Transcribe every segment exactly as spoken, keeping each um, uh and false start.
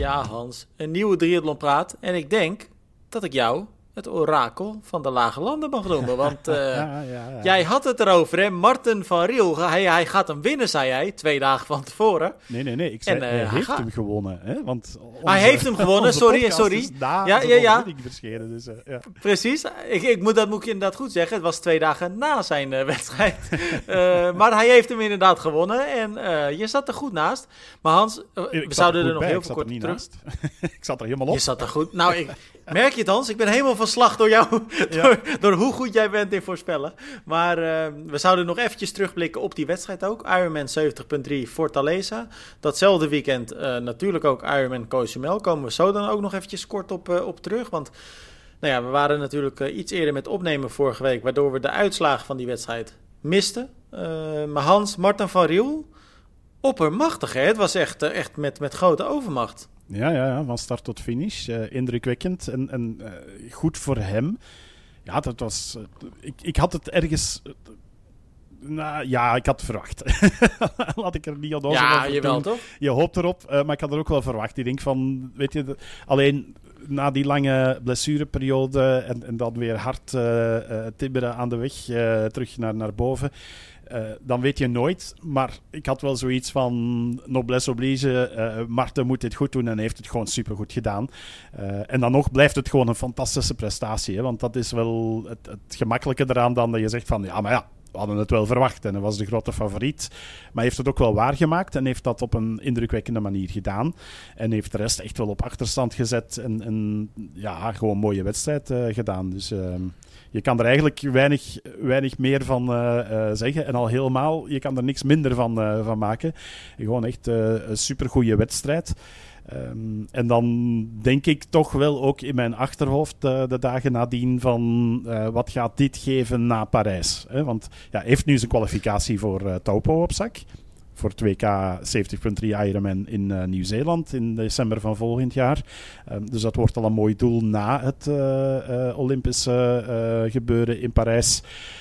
Ja, Hans, een nieuwe triathlonpraat. En ik denk dat ik jou het orakel van de Lage Landen mag noemen. Want uh, ja, ja, ja. jij had het erover, hè? Marten van Riel, hij, hij gaat hem winnen, zei hij, twee dagen van tevoren. Nee, nee, nee. Ik zei, en, uh, hij, hij heeft gaat. hem gewonnen. Hè? Want onze, hij heeft hem gewonnen, sorry, sorry. Na ja, ja, ja. verschenen, dus, uh, ja. Precies. Ik, ik moet, dat moet ik inderdaad goed zeggen. Het was twee dagen na zijn uh, wedstrijd. uh, maar hij heeft hem inderdaad gewonnen. En uh, je zat er goed naast. Maar Hans, uh, we zouden er, er nog bij. heel veel kort terug... ik zat er helemaal op. Je zat er goed. Nou, ik... Merk je het, Hans? Ik ben helemaal van slag door jou, ja. door, door hoe goed jij bent in voorspellen. Maar uh, we zouden nog eventjes terugblikken op die wedstrijd ook. Ironman zeventig punt drie Fortaleza. Datzelfde weekend uh, natuurlijk ook Ironman Cozumel. Komen we zo dan ook nog eventjes kort op, uh, op terug. Want nou ja, we waren natuurlijk uh, iets eerder met opnemen vorige week, waardoor we de uitslagen van die wedstrijd misten. Uh, maar Hans, Marten van Riel, oppermachtig, hè? Het was echt, uh, echt met, met grote overmacht. Ja, ja, ja, van start tot finish. Uh, indrukwekkend en, en uh, goed voor hem. Ja, dat was... Uh, ik, ik had het ergens... Uh, nou, ja, ik had het verwacht. Laat ik er niet aan over Ja, jawel, toch? Je hoopt erop, uh, maar ik had er ook wel verwacht. Ik denk van, weet je... De, alleen na die lange blessureperiode en, en dan weer hard uh, uh, timmeren aan de weg uh, terug naar, naar boven... Uh, dan weet je nooit, maar ik had wel zoiets van noblesse oblige, uh, Marten moet dit goed doen en heeft het gewoon supergoed gedaan. Uh, en dan nog blijft het gewoon een fantastische prestatie, hè, want dat is wel het, het gemakkelijke eraan dan dat je zegt van, ja, maar ja, we hadden het wel verwacht en hij was de grote favoriet. Maar hij heeft het ook wel waargemaakt en heeft dat op een indrukwekkende manier gedaan. En heeft de rest echt wel op achterstand gezet en, en ja, gewoon een mooie wedstrijd uh, gedaan. Dus... Uh, Je kan er eigenlijk weinig, weinig meer van uh, uh, zeggen. En al helemaal, je kan er niks minder van, uh, van maken. Gewoon echt uh, een supergoeie wedstrijd. Um, en dan denk ik toch wel ook in mijn achterhoofd uh, de dagen nadien van uh, wat gaat dit geven na Parijs? Hè? Want ja, hij heeft nu zijn kwalificatie voor uh, Taupo op zak. Voor het W K zeventig punt drie Ironman in uh, Nieuw-Zeeland in december van volgend jaar. Um, dus dat wordt al een mooi doel na het uh, uh, Olympische uh, gebeuren in Parijs.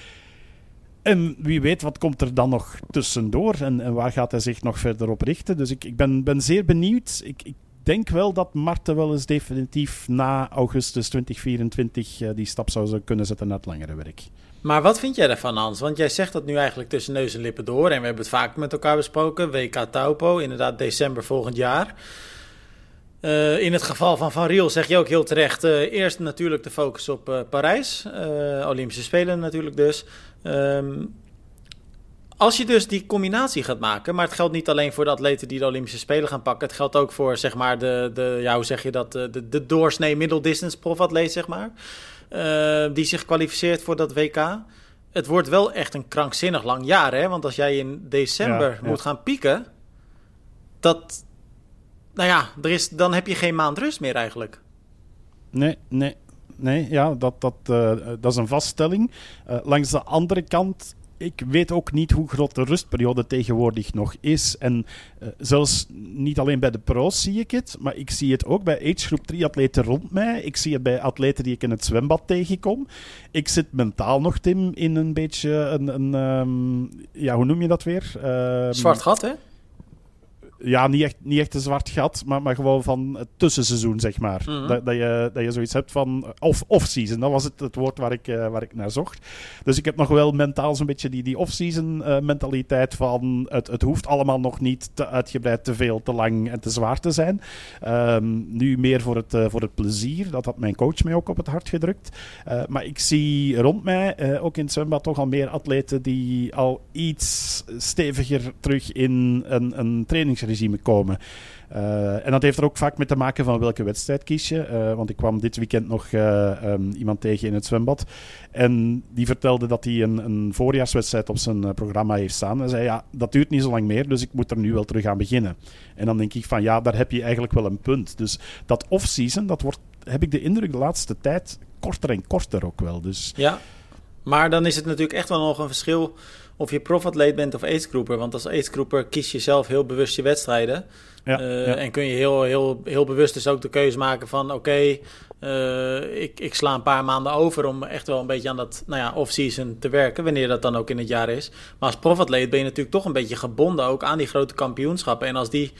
En wie weet, wat komt er dan nog tussendoor en, en waar gaat hij zich nog verder op richten? Dus ik, ik ben, ben zeer benieuwd. Ik, ik denk wel dat Marten wel eens definitief na augustus twintig vierentwintig uh, die stap zou kunnen zetten naar het langere werk. Maar wat vind jij daarvan, Hans? Want jij zegt dat nu eigenlijk tussen neus en lippen door. En we hebben het vaak met elkaar besproken. W K Taupo, inderdaad december volgend jaar. Uh, in het geval van Van Riel zeg je ook heel terecht. Uh, eerst natuurlijk de focus op uh, Parijs. Uh, Olympische Spelen natuurlijk dus. Um, als je dus die combinatie gaat maken... maar het geldt niet alleen voor de atleten die de Olympische Spelen gaan pakken... het geldt ook voor, zeg maar, de, de ja, hoe zeg je dat, de, de doorsnee middle-distance profatleet, zeg maar... Uh, die zich kwalificeert voor dat W K. Het wordt wel echt een krankzinnig lang jaar, hè? Want als jij in december ja, ja. moet gaan pieken... dat... Nou ja, er is, dan heb je geen maand rust meer eigenlijk. Nee, nee. Nee, ja, dat, dat, uh, dat is een vaststelling. Uh, langs de andere kant... Ik weet ook niet hoe groot de rustperiode tegenwoordig nog is. En uh, zelfs niet alleen bij de pro's zie ik het, maar ik zie het ook bij agegroep drie atleten rond mij. Ik zie het bij atleten die ik in het zwembad tegenkom. Ik zit mentaal nog, Tim, in een beetje een... een um, ja, hoe noem je dat weer? Uh, Zwart gat, hè? Ja, niet echt, niet echt een zwart gat, maar, maar gewoon van het tussenseizoen, zeg maar. Mm-hmm. Dat, dat, je, dat je zoiets hebt van... Of, off-season, dat was het, het woord waar ik, uh, waar ik naar zocht. Dus ik heb nog wel mentaal zo'n beetje die, die off-season uh, mentaliteit van... Het, het hoeft allemaal nog niet te uitgebreid, te veel, te lang en te zwaar te zijn. Um, nu meer voor het, uh, voor het plezier. Dat had mijn coach mij ook op het hart gedrukt. Uh, maar ik zie rond mij, uh, ook in het zwembad, toch al meer atleten die al iets steviger terug in een, een trainingsregime komen. Uh, en dat heeft er ook vaak mee te maken van welke wedstrijd kies je. Uh, want ik kwam dit weekend nog uh, um, iemand tegen in het zwembad. En die vertelde dat hij een, een voorjaarswedstrijd op zijn uh, programma heeft staan. En zei, ja, dat duurt niet zo lang meer, dus ik moet er nu wel terug aan beginnen. En dan denk ik van, ja, daar heb je eigenlijk wel een punt. Dus dat off-season, dat wordt, heb ik de indruk de laatste tijd korter en korter ook wel. Dus... Ja, maar dan is het natuurlijk echt wel nog een verschil... of je profatleet bent of agegroeper. Want als agegroeper kies je zelf heel bewust je wedstrijden. Ja, uh, ja. En kun je heel, heel, heel bewust dus ook de keuze maken van... oké, okay, uh, ik, ik sla een paar maanden over om echt wel een beetje aan dat nou ja, off-season te werken... wanneer dat dan ook in het jaar is. Maar als profatleet ben je natuurlijk toch een beetje gebonden... ook aan die grote kampioenschappen. En als die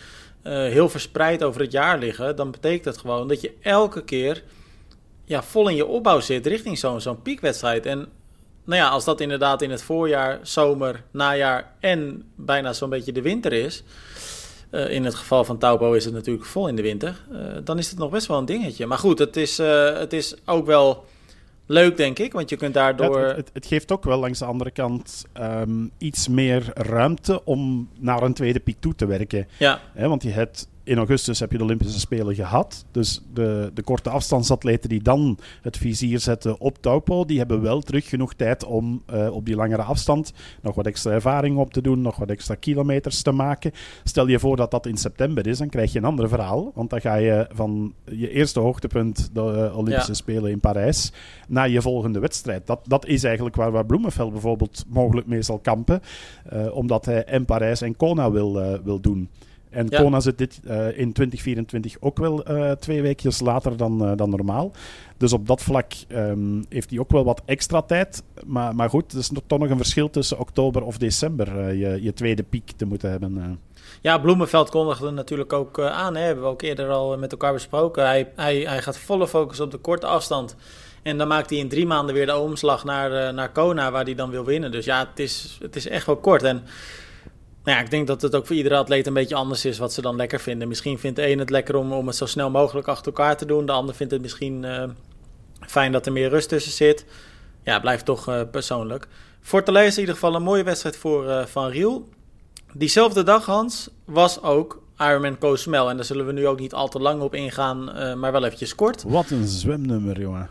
uh, heel verspreid over het jaar liggen, dan betekent dat gewoon dat je elke keer ja, vol in je opbouw zit richting zo'n, zo'n piekwedstrijd. En nou ja, als dat inderdaad in het voorjaar, zomer, najaar en bijna zo'n beetje de winter is, uh, in het geval van Taupo is het natuurlijk vol in de winter, uh, dan is het nog best wel een dingetje. Maar goed, het is, uh, het is ook wel leuk, denk ik, want je kunt daardoor... Ja, het, het, het geeft ook wel langs de andere kant um, iets meer ruimte om naar een tweede piek toe te werken. Ja. He, want je hebt, in augustus heb je de Olympische Spelen gehad. Dus de, de korte afstandsatleten die dan het vizier zetten op Taupo, die hebben wel terug genoeg tijd om uh, op die langere afstand nog wat extra ervaring op te doen, nog wat extra kilometers te maken. Stel je voor dat dat in september is, dan krijg je een ander verhaal. Want dan ga je van je eerste hoogtepunt, de uh, Olympische ja. Spelen in Parijs, naar je volgende wedstrijd. Dat, dat is eigenlijk waar, waar Bloemenveld bijvoorbeeld mogelijk mee zal kampen. Uh, omdat hij en Parijs en Kona wil, uh, wil doen. En ja. Kona zit dit uh, in twintig vierentwintig ook wel uh, twee weekjes later dan, uh, dan normaal. Dus op dat vlak um, heeft hij ook wel wat extra tijd. Maar, maar goed, er is nog, toch nog een verschil tussen oktober of december uh, je, je tweede piek te moeten hebben. Uh. Ja, Bloemenveld kondigde natuurlijk ook uh, aan. Hè. Hebben we ook eerder al met elkaar besproken. Hij, hij, hij gaat volle focus op de korte afstand. En dan maakt hij in drie maanden weer de omslag naar, uh, naar Kona, waar hij dan wil winnen. Dus ja, het is, het is echt wel kort. En nou ja, ik denk dat het ook voor iedere atleet een beetje anders is wat ze dan lekker vinden. Misschien vindt de een het lekker om, om het zo snel mogelijk achter elkaar te doen. De ander vindt het misschien uh, fijn dat er meer rust tussen zit. Ja, het blijft toch uh, persoonlijk. Fortaleza in ieder geval een mooie wedstrijd voor uh, Van Riel. Diezelfde dag, Hans, was ook Ironman Cozumel. En daar zullen we nu ook niet al te lang op ingaan, uh, maar wel eventjes kort. Wat een zwemnummer, jongen.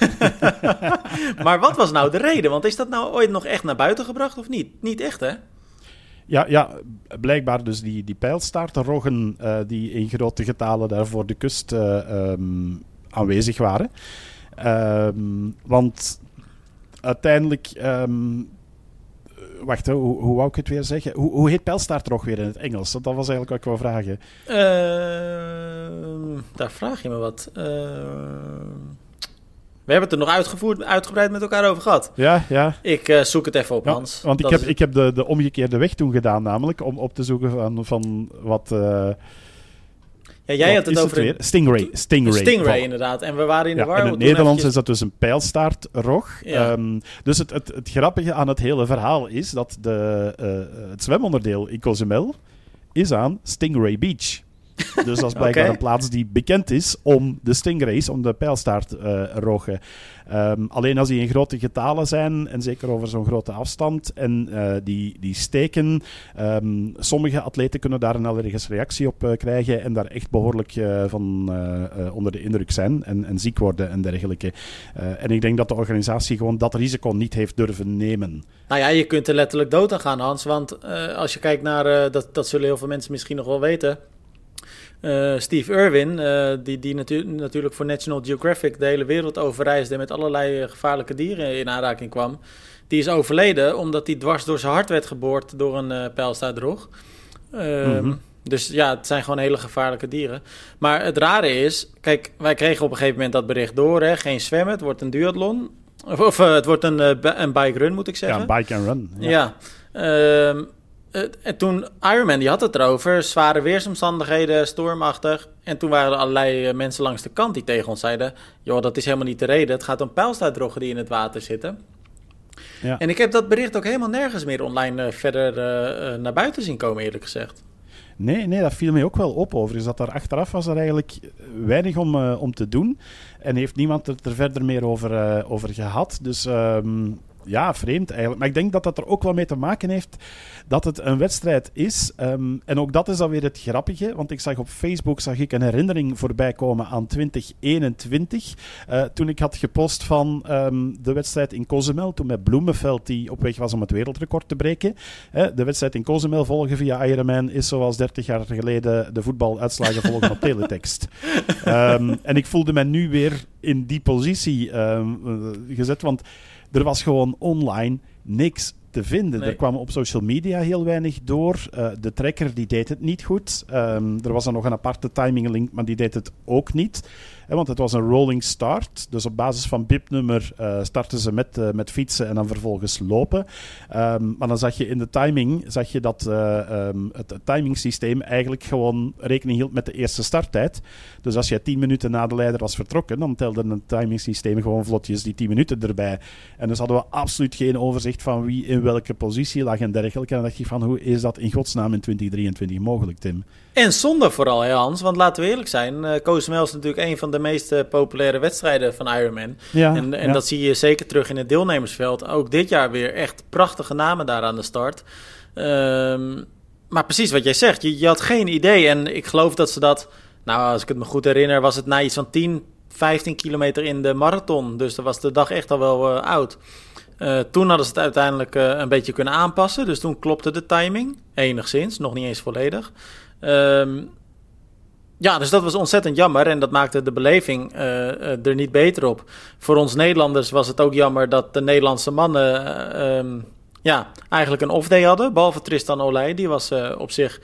Maar wat was nou de reden? Want is dat nou ooit nog echt naar buiten gebracht of niet? Niet echt, hè? Ja, ja, blijkbaar dus die, die pijlstaartenroggen uh, die in grote getalen daar voor de kust uh, um, aanwezig waren. Um, want uiteindelijk... Um, wacht, hoe, hoe wou ik het weer zeggen? Hoe, hoe heet pijlstaartrog weer in het Engels? Dat was eigenlijk wat ik wou vragen. Uh, daar vraag je me wat. Uh... We hebben het er nog uitgevoerd, uitgebreid met elkaar over gehad. Ja, ja. Ik uh, zoek het even op, ja, Hans. Want ik dat heb, is... ik heb de, de omgekeerde weg toen gedaan, namelijk om op te zoeken van, van wat... Uh, ja, jij had het over... Het een... Stingray. Stingray, Stingray inderdaad. En we waren in de ja, war. In het Nederlands eventjes... is dat dus een pijlstaartrog. Ja. Um, dus het, het, het grappige aan het hele verhaal is dat de, uh, het zwemonderdeel in Cozumel is aan Stingray Beach. Dus dat is blijkbaar okay. een plaats die bekend is om de stingrays, om de pijlstaartroggen. Uh, um, alleen als die in grote getalen zijn, en zeker over zo'n grote afstand, en uh, die, die steken, um, sommige atleten kunnen daar een allergische reactie op uh, krijgen en daar echt behoorlijk uh, van uh, uh, onder de indruk zijn en, en ziek worden en dergelijke. Uh, en ik denk dat de organisatie gewoon dat risico niet heeft durven nemen. Nou ja, je kunt er letterlijk dood aan gaan, Hans, want uh, als je kijkt naar, uh, dat, dat zullen heel veel mensen misschien nog wel weten... Uh, Steve Irwin, uh, die, die natu- natuurlijk voor National Geographic de hele wereld overreisde en met allerlei uh, gevaarlijke dieren in aanraking kwam, die is overleden omdat hij dwars door zijn hart werd geboord door een uh, pijlstaartrog. Uh, mm-hmm. Dus ja, het zijn gewoon hele gevaarlijke dieren. Maar het rare is, kijk, wij kregen op een gegeven moment dat bericht door, hè, geen zwemmen, het wordt een duathlon. Of, of uh, het wordt een, uh, een bike run, moet ik zeggen. Ja, een bike and run. Ja. ja uh, Uh, en toen Ironman, die had het erover, zware weersomstandigheden, stormachtig. En toen waren er allerlei uh, mensen langs de kant die tegen ons zeiden, joh, dat is helemaal niet de reden. Het gaat om pijlstaartroggen die in het water zitten. Ja. En ik heb dat bericht ook helemaal nergens meer online uh, verder uh, uh, naar buiten zien komen, eerlijk gezegd. Nee, nee, dat viel mij ook wel op over. Dus dat daar achteraf was er eigenlijk weinig om, uh, om te doen. En heeft niemand het er verder meer over, uh, over gehad. Dus... Um Ja, vreemd eigenlijk. Maar ik denk dat dat er ook wel mee te maken heeft dat het een wedstrijd is. Um, en ook dat is dan weer het grappige. Want ik zag op Facebook zag ik een herinnering voorbij komen aan twintig eenentwintig. Uh, toen ik had gepost van um, de wedstrijd in Cozumel. Toen met Bloemenveld die op weg was om het wereldrecord te breken. Uh, de wedstrijd in Cozumel volgen via Ironman is zoals dertig jaar geleden de voetbaluitslagen volgen op teletext. Um, en ik voelde mij nu weer in die positie um, uh, gezet. Want... Er was gewoon online niks te vinden. Nee. Er kwam op social media heel weinig door. Uh, de tracker die deed het niet goed. Um, er was dan nog een aparte timing link, maar die deed het ook niet. Eh, want het was een rolling start. Dus op basis van B I P-nummer uh, starten ze met, uh, met fietsen en dan vervolgens lopen. Um, maar dan zag je in de timing zag je dat uh, um, het, het timingsysteem eigenlijk gewoon rekening hield met de eerste starttijd. Dus als jij tien minuten na de leider was vertrokken, dan telde het timingsysteem gewoon vlotjes die tien minuten erbij. En dus hadden we absoluut geen overzicht van wie in welke positie lag en dergelijke. En dan dacht je van, hoe is dat in godsnaam in twintig drieëntwintig mogelijk, Tim? En zonde vooral, hè, Hans. Want laten we eerlijk zijn, uh, Cozumel is natuurlijk een van de meest uh, populaire wedstrijden van Ironman. Ja, en en ja. dat zie je zeker terug in het deelnemersveld. Ook dit jaar weer echt prachtige namen daar aan de start. Um, maar precies wat jij zegt, je, je had geen idee. En ik geloof dat ze dat, nou als ik het me goed herinner, was het na iets van tien, vijftien kilometer in de marathon. Dus dan was de dag echt al wel uh, oud. Uh, toen hadden ze het uiteindelijk uh, een beetje kunnen aanpassen. Dus toen klopte de timing, enigszins, nog niet eens volledig. Um, ja, dus dat was ontzettend jammer en dat maakte de beleving uh, uh, er niet beter op. Voor ons Nederlanders was het ook jammer dat de Nederlandse mannen uh, um, ja, eigenlijk een off-day hadden. Behalve Tristan Olij, die was uh, op zich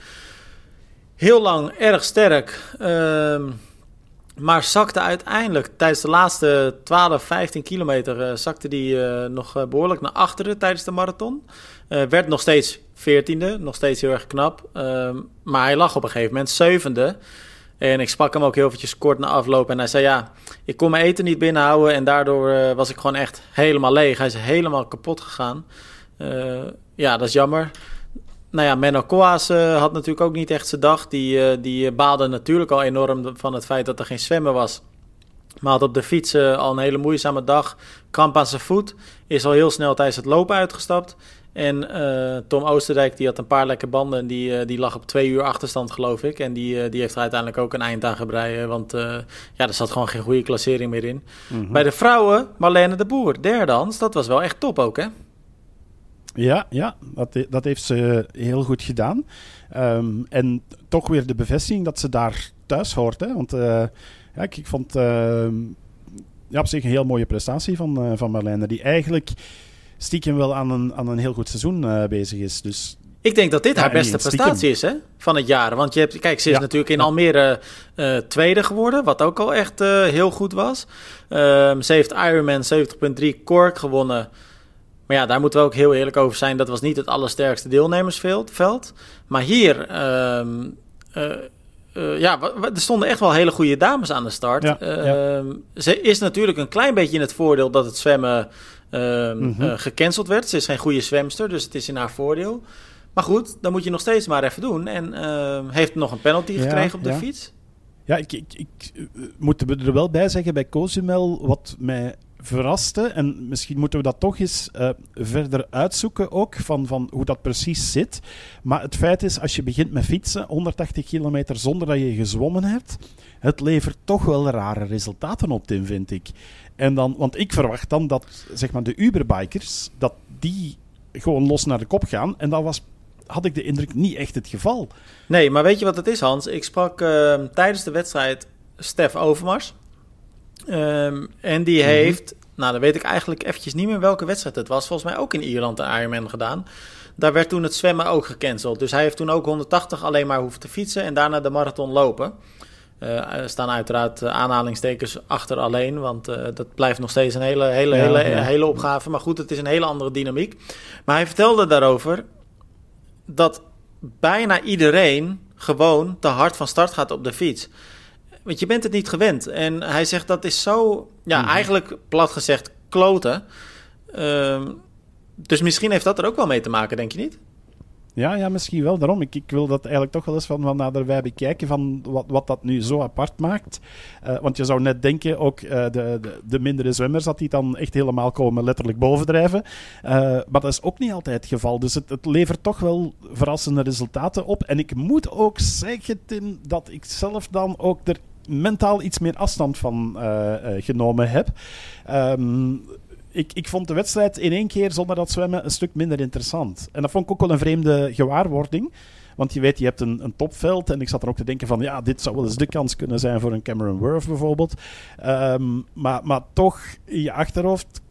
heel lang erg sterk. Uh, maar zakte uiteindelijk tijdens de laatste twaalf, vijftien kilometer... Uh, zakte die uh, nog uh, behoorlijk naar achteren tijdens de marathon. Uh, werd nog steeds veertiende, nog steeds heel erg knap. Uh, maar hij lag op een gegeven moment zevende. En ik sprak hem ook heel eventjes kort na afloop. En hij zei, ja, ik kon mijn eten niet binnenhouden. En daardoor uh, was ik gewoon echt helemaal leeg. Hij is helemaal kapot gegaan. Uh, ja, dat is jammer. Nou ja, Menno Koas uh, had natuurlijk ook niet echt zijn dag. Die, uh, die baalde natuurlijk al enorm van het feit dat er geen zwemmen was. Maar had op de fiets uh, al een hele moeizame dag. Kramp aan zijn voet. Is al heel snel tijdens het lopen uitgestapt. En uh, Tom Oosterdijk die had een paar lekke banden. En die, uh, die lag op twee uur achterstand, geloof ik. En die, uh, die heeft er uiteindelijk ook een eind aan gebreien. Want uh, ja, er zat gewoon geen goede klassering meer in. Mm-hmm. Bij de vrouwen, Marlene de Boer, derde Hans. Dat was wel echt top ook, hè? Ja, ja dat, dat heeft ze heel goed gedaan. Um, en toch weer de bevestiging dat ze daar thuis hoort. Hè? Want uh, ja, ik, ik vond uh, ja, op zich een heel mooie prestatie van, uh, van Marlene. Die eigenlijk stiekem wel aan een, aan een heel goed seizoen uh, bezig is. Dus ik denk dat dit ja, haar beste prestatie is, hè, van het jaar. Want je hebt, kijk, ze is ja. natuurlijk in Almere uh, tweede geworden, wat ook al echt uh, heel goed was. Um, ze heeft Ironman zeventig punt drie Cork gewonnen. Maar ja, daar moeten we ook heel eerlijk over zijn. Dat was niet het allersterkste deelnemersveld. Maar hier, um, uh, uh, ja, er stonden echt wel hele goede dames aan de start. Ja, uh, ja. Ze is natuurlijk een klein beetje in het voordeel dat het zwemmen uh, mm-hmm. uh, gecanceld werd. Ze is geen goede zwemster, dus het is in haar voordeel. Maar goed, dan moet je nog steeds maar even doen. En uh, heeft nog een penalty ja, gekregen op de ja. fiets. Ja, ik, ik, ik uh, moet er wel bij zeggen bij Cozumel, wat mij verraste, en misschien moeten we dat toch eens uh, verder uitzoeken ook, van, van hoe dat precies zit. Maar het feit is, als je begint met fietsen, honderdtachtig kilometer zonder dat je gezwommen hebt, het levert toch wel rare resultaten op, Tim, vind ik. En dan, want ik verwacht dan dat, zeg maar, de Uberbikers, dat die gewoon los naar de kop gaan, en dat was, had ik de indruk, niet echt het geval. Nee, maar weet je wat het is, Hans? Ik sprak uh, tijdens de wedstrijd Stef Overmars. Um, en die mm-hmm. heeft, nou dan weet ik eigenlijk eventjes niet meer welke wedstrijd het was. Volgens mij ook in Ierland een Ironman gedaan. Daar werd toen het zwemmen ook gecanceld. Dus hij heeft toen ook honderdtachtig alleen maar hoeven te fietsen en daarna de marathon lopen. Uh, er staan uiteraard uh, aanhalingstekens achter alleen, want uh, dat blijft nog steeds een hele, hele, ja, hele, ja. hele opgave. Maar goed, het is een hele andere dynamiek. Maar hij vertelde daarover dat bijna iedereen gewoon te hard van start gaat op de fiets. Want je bent het niet gewend. En hij zegt dat is zo, ja, mm-hmm. eigenlijk plat gezegd kloten. Uh, dus misschien heeft dat er ook wel mee te maken, denk je niet? Ja, ja, misschien wel. Daarom, ik, ik wil dat eigenlijk toch wel eens van, van naderbij bekijken van wat, wat dat nu zo apart maakt. Uh, want je zou net denken, ook uh, de, de, de mindere zwemmers, dat die dan echt helemaal komen letterlijk bovendrijven. Uh, maar dat is ook niet altijd het geval. Dus het, het levert toch wel verrassende resultaten op. En ik moet ook zeggen, Tim, dat ik zelf dan ook er mentaal iets meer afstand van uh, uh, genomen heb. Um, Ik, ik vond de wedstrijd in één keer zonder dat zwemmen een stuk minder interessant. En dat vond ik ook wel een vreemde gewaarwording. Want je weet, je hebt een, een topveld. En ik zat er ook te denken van, ja, dit zou wel eens de kans kunnen zijn voor een Cameron Wurf bijvoorbeeld. Um, maar, maar toch, in je achterhoofd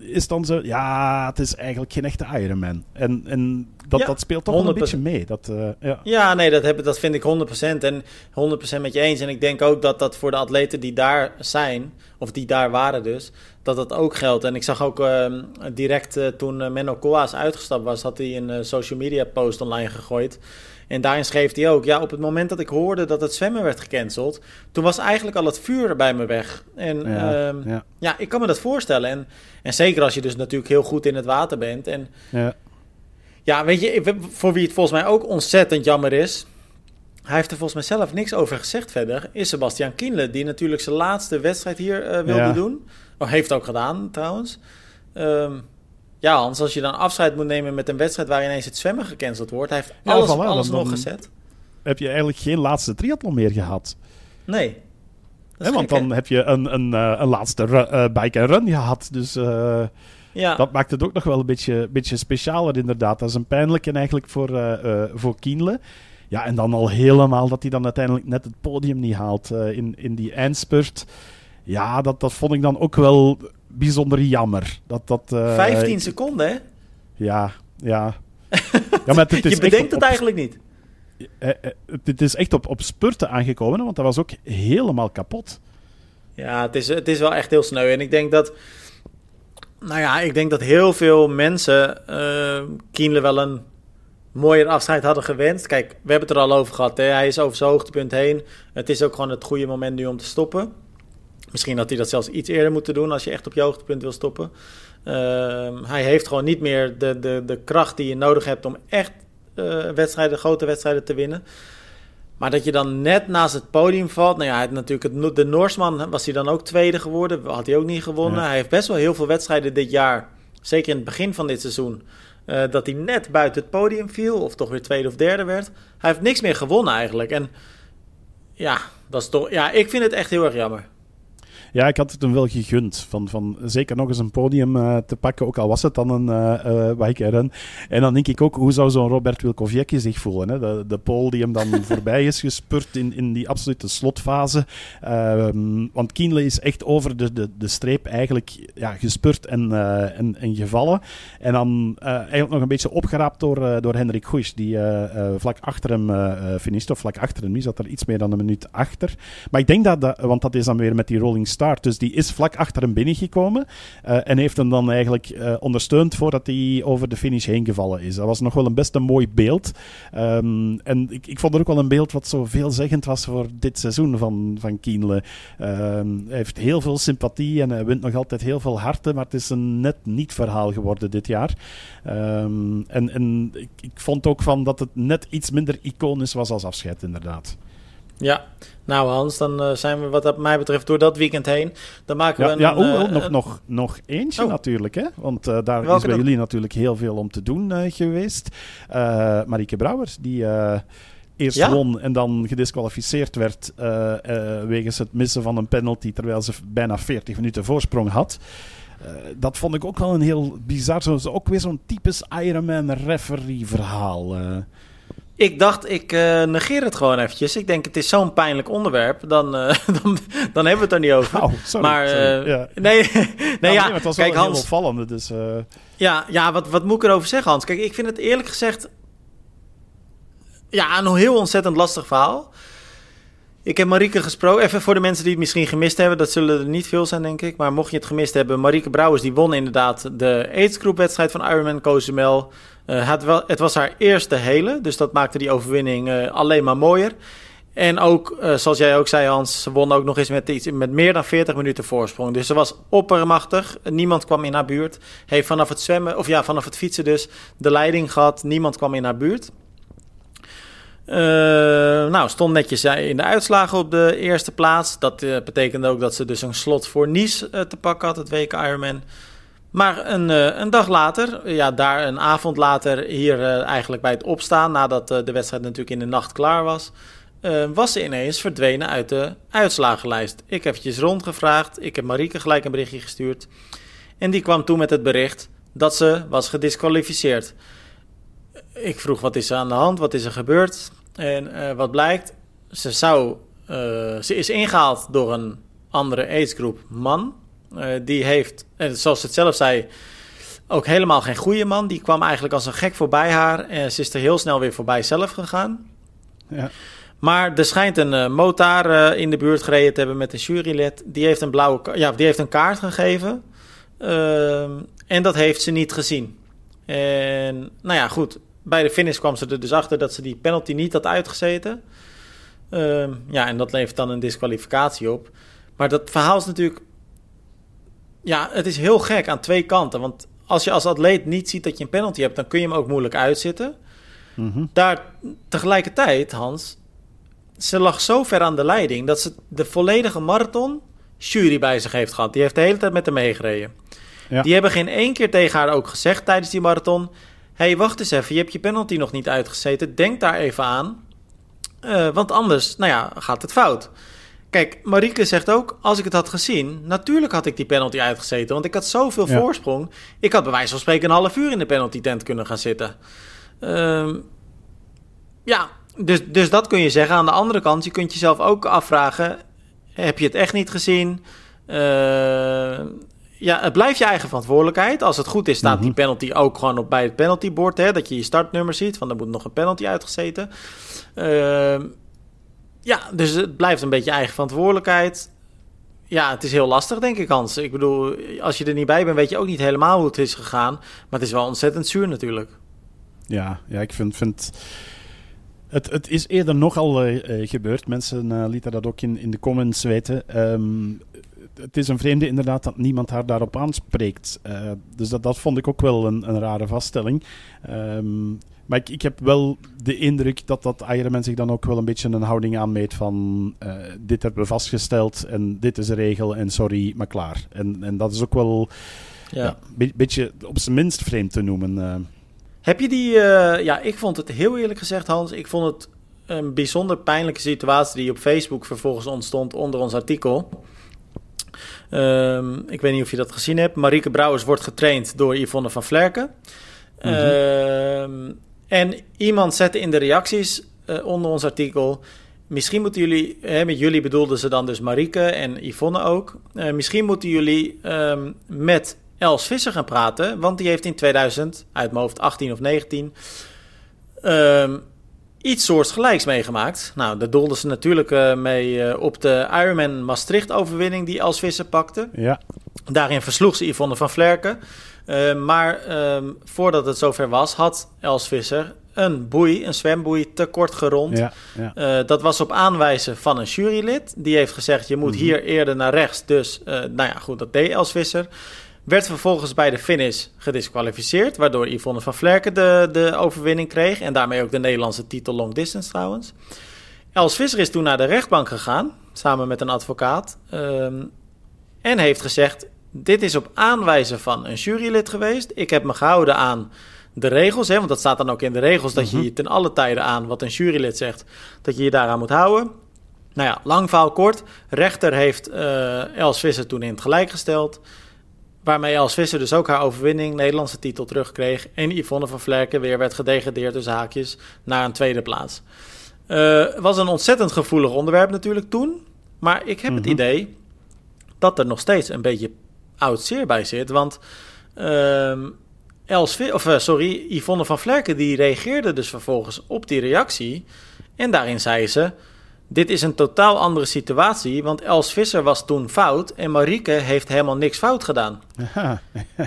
is dan zo... Ja, het is eigenlijk geen echte Ironman. En, en dat, Ja, dat speelt toch wel een honderd beetje procent. mee. Dat, uh, ja. Ja, nee, dat, heb, dat vind ik honderd procent en honderd procent met je eens. En ik denk ook dat dat voor de atleten die daar zijn, of die daar waren dus, dat dat ook geldt. En ik zag ook uh, direct uh, toen uh, Menno Koolhaas uitgestapt was, had hij een uh, social media post online gegooid. En daarin schreef hij ook, ja, op het moment dat ik hoorde dat het zwemmen werd gecanceld, toen was eigenlijk al het vuur bij me weg. En Ja, um, ja. ja, ik kan me dat voorstellen. En, en zeker als je dus natuurlijk heel goed in het water bent. En Ja. ja, weet je, voor wie het volgens mij ook ontzettend jammer is, hij heeft er volgens mij zelf niks over gezegd verder, is Sebastian Kienle, die natuurlijk zijn laatste wedstrijd hier uh, wilde Ja. doen. Oh, heeft ook gedaan trouwens. Um, ja, Hans, als je dan afscheid moet nemen met een wedstrijd waar ineens het zwemmen gecanceld wordt, hij heeft Ja, alles voilà, op alles dan- nog dan- gezet. Heb je eigenlijk geen laatste triathlon meer gehad. Nee. Dat is Hè, want gek, dan hè? heb je een, een, uh, een laatste ru- uh, bike en run gehad. Dus uh, Ja. dat maakt het ook nog wel een beetje, beetje specialer inderdaad. Dat is een pijnlijke eigenlijk voor, uh, uh, voor Kienle. Ja, en dan al helemaal dat hij dan uiteindelijk net het podium niet haalt uh, in, in die eindspurt. Ja, dat, dat vond ik dan ook wel bijzonder jammer. Dat, dat, uh, vijftien seconden, hè? Ja, ja. ja maar het, het is Je echt bedenkt op- het op- eigenlijk niet. eh, eh, Het is echt op, op spurten aangekomen, hè, want dat was ook helemaal kapot. Ja, het is, het is wel echt heel sneu. En ik denk dat, nou ja, ik denk dat heel veel mensen uh, Kienle wel een mooier afscheid hadden gewenst. Kijk, we hebben het er al over gehad. Hè? Hij is over zijn hoogtepunt heen. Het is ook gewoon het goede moment nu om te stoppen. Misschien had hij dat zelfs iets eerder moeten doen als je echt op je hoogtepunt wil stoppen. Uh, hij heeft gewoon niet meer de, de, de kracht die je nodig hebt om echt uh, wedstrijden, grote wedstrijden te winnen. Maar dat je dan net naast het podium valt. Nou ja, hij had natuurlijk het, de Noorsman was hij dan ook tweede geworden. Had hij ook niet gewonnen. Ja. Hij heeft best wel heel veel wedstrijden dit jaar. Zeker in het begin van dit seizoen. Uh, dat hij net buiten het podium viel. Of toch weer tweede of derde werd. Hij heeft niks meer gewonnen eigenlijk. En ja, dat is toch, ja, ik vind het echt heel erg jammer. Ja, ik had het hem wel gegund. Van, van zeker nog eens een podium uh, te pakken. Ook al was het dan een uh, uh, bike run. En dan denk ik ook, hoe zou zo'n Robert Wilkowiecki zich voelen? Hè? De, de pole die hem dan voorbij is gespurt in, in die absolute slotfase. Uh, want Kienle is echt over de, de, de streep eigenlijk ja, gespurt en, uh, en, en gevallen. En dan uh, eigenlijk nog een beetje opgeraapt door, uh, door Henrik Goes. Die uh, uh, vlak achter hem uh, finiste. Of vlak achter hem. Die zat er iets meer dan een minuut achter. Maar ik denk dat, dat want dat is dan weer met die rolling start. Dus die is vlak achter hem binnengekomen uh, en heeft hem dan eigenlijk uh, ondersteund voordat hij over de finish heen gevallen is. Dat was nog wel een best een mooi beeld. Um, en ik, ik vond er ook wel een beeld wat zo veelzeggend was voor dit seizoen van, van Kienle. Um, hij heeft heel veel sympathie en hij wint nog altijd heel veel harten, maar het is een net niet verhaal geworden dit jaar. Um, en en ik, ik vond ook van dat het net iets minder iconisch was als afscheid, inderdaad. Ja, nou Hans, dan uh, zijn we wat dat mij betreft door dat weekend heen. Dan maken ja, we een... Ja, oh, uh, oh, nog, een... nog, nog eentje Oh. natuurlijk, hè? Want uh, daar Welke is bij dan? jullie natuurlijk heel veel om te doen uh, geweest. Uh, Marieke Brouwers, die uh, eerst Ja? won en dan gedisqualificeerd werd uh, uh, wegens het missen van een penalty, terwijl ze bijna veertig minuten voorsprong had. Uh, dat vond ik ook wel een heel bizar, zo, zo ook weer zo'n typisch Ironman referee verhaal. Uh. Ik dacht, ik uh, negeer het gewoon eventjes. Ik denk, het is zo'n pijnlijk onderwerp. Dan, uh, dan, dan hebben we het er niet over. Oh, sorry. maar, sorry. Uh, Ja. nee, nee, nee, ja, maar het was kijk wel een Hans. heel opvallende, dus... Uh... Ja, ja wat, wat moet ik erover zeggen, Hans? Kijk, ik vind het eerlijk gezegd... Ja, een heel ontzettend lastig verhaal. Ik heb Marieke gesproken, even voor de mensen die het misschien gemist hebben, dat zullen er niet veel zijn, denk ik. Maar mocht je het gemist hebben, Marieke Brouwers, die won inderdaad de aidsgroepwedstrijd van Ironman Cozumel. Uh, het, wel, het was haar eerste hele, dus dat maakte die overwinning uh, alleen maar mooier. En ook, uh, zoals jij ook zei, Hans, ze won ook nog eens met, iets, met meer dan veertig minuten voorsprong. Dus ze was oppermachtig, niemand kwam in haar buurt. Heeft vanaf het zwemmen, of ja, vanaf het fietsen dus, de leiding gehad, niemand kwam in haar buurt. Uh, nou, stond netjes in de uitslagen op de eerste plaats. Dat uh, betekende ook dat ze dus een slot voor Nice uh, te pakken had, het W K Ironman. Maar een, uh, een dag later, ja, daar een avond later, hier uh, eigenlijk bij het opstaan, nadat uh, de wedstrijd natuurlijk in de nacht klaar was, uh, was ze ineens verdwenen uit de uitslagenlijst. Ik heb eventjes rondgevraagd, ik heb Marieke gelijk een berichtje gestuurd. En die kwam toen met het bericht dat ze was gedisqualificeerd. Ik vroeg, wat is er aan de hand? Wat is er gebeurd? En uh, wat blijkt? Ze, zou, uh, ze is ingehaald door een andere aidsgroep man. Uh, die heeft, en zoals ze het zelf zei, ook helemaal geen goede man. Die kwam eigenlijk als een gek voorbij haar. En ze is er heel snel weer voorbij zelf gegaan. Ja. Maar er schijnt een uh, motaar uh, in de buurt gereden te hebben met een jurylid. Die heeft een blauwe ka- ja, die heeft een kaart gegeven. Uh, en dat heeft ze niet gezien. En nou ja, goed. Bij de finish kwam ze er dus achter dat ze die penalty niet had uitgezeten. Uh, ja, en dat levert dan een disqualificatie op. Maar dat verhaal is natuurlijk... Ja, het is heel gek aan twee kanten. Want als je als atleet niet ziet dat je een penalty hebt, dan kun je hem ook moeilijk uitzitten. Mm-hmm. Daar tegelijkertijd, Hans, ze lag zo ver aan de leiding dat ze de volledige marathon jury bij zich heeft gehad. Die heeft de hele tijd met haar meegereden. Ja. Die hebben geen één keer tegen haar ook gezegd tijdens die marathon: hé, hey, wacht eens even, je hebt je penalty nog niet uitgezeten. Denk daar even aan. Uh, want anders, nou ja, gaat het fout. Kijk, Marieke zegt ook, als ik het had gezien, natuurlijk had ik die penalty uitgezeten. Want ik had zoveel ja. voorsprong. Ik had bij wijze van spreken een half uur in de penalty tent kunnen gaan zitten. Uh, ja, dus, dus dat kun je zeggen. Aan de andere kant, je kunt jezelf ook afvragen, heb je het echt niet gezien? Uh, ja, het blijft je eigen verantwoordelijkheid. Als het goed is, staat mm-hmm. die penalty ook gewoon op bij het penaltybord. Hè, dat je je startnummer ziet, van er moet nog een penalty uitgezeten. Uh, ja, dus het blijft een beetje eigen verantwoordelijkheid. Ja, het is heel lastig, denk ik, Hans. Ik bedoel, als je er niet bij bent, weet je ook niet helemaal hoe het is gegaan. Maar het is wel ontzettend zuur natuurlijk. Ja, ja ik vind... vind... Het, het is eerder nogal uh, gebeurd. Mensen uh, lieten dat ook in, in de comments weten. Um, het is een vreemde inderdaad dat niemand haar daarop aanspreekt. Uh, dus dat, dat vond ik ook wel een, een rare vaststelling. Um, maar ik, ik heb wel de indruk dat dat Ironman zich dan ook wel een beetje een houding aanmeet van uh, dit hebben we vastgesteld en dit is de regel en sorry, maar klaar. En, en dat is ook wel een ja. ja, be- beetje op zijn minst vreemd te noemen. Uh. Heb je die... Uh, ja, ik vond het heel eerlijk gezegd, Hans, ik vond het een bijzonder pijnlijke situatie die op Facebook vervolgens ontstond onder ons artikel. Um, ik weet niet of je dat gezien hebt. Marieke Brouwers wordt getraind door Yvonne van Vlerken. Mm-hmm. Um, en iemand zette in de reacties uh, onder ons artikel: misschien moeten jullie, hè, met jullie bedoelden ze dan dus Marieke en Yvonne ook. Uh, misschien moeten jullie um, met Els Visser gaan praten, want die heeft in tweeduizend, uit mijn hoofd achttien of negentien, um, iets soortgelijks meegemaakt. Nou, daar doelden ze natuurlijk uh, mee uh, op de Ironman Maastricht-overwinning die Els Visser pakte. Ja. Daarin versloeg ze Yvonne van Vlerken. Uh, maar um, voordat het zover was, had Els Visser een boei, een zwemboei, te kort gerond. Ja, ja. Uh, dat was op aanwijzen van een jurylid. Die heeft gezegd, je moet mm-hmm. hier eerder naar rechts. Dus, uh, nou ja, goed, dat deed Els Visser. Werd vervolgens bij de finish gedisqualificeerd, waardoor Yvonne van Vlerken de, de overwinning kreeg. En daarmee ook de Nederlandse titel long distance trouwens. Els Visser is toen naar de rechtbank gegaan, samen met een advocaat. Um, en heeft gezegd, dit is op aanwijzen van een jurylid geweest. Ik heb me gehouden aan de regels, hè, want dat staat dan ook in de regels, dat mm-hmm. je je ten alle tijden aan wat een jurylid zegt, dat je je daaraan moet houden. Nou ja, lang verhaal kort. Rechter heeft uh, Els Visser toen in het gelijk gesteld, waarmee Els Visser dus ook haar overwinning, Nederlandse titel, terugkreeg. En Yvonne van Vlerken weer werd gedegradeerd tussen haakjes naar een tweede plaats. Het uh, was een ontzettend gevoelig onderwerp natuurlijk toen. Maar ik heb mm-hmm. het idee dat er nog steeds een beetje oud zeer bij zit. Want uh, Els Vi- of, uh, sorry, Yvonne van Vlerken die reageerde dus vervolgens op die reactie. En daarin zei ze, dit is een totaal andere situatie, want Els Visser was toen fout en Marieke heeft helemaal niks fout gedaan. Ja.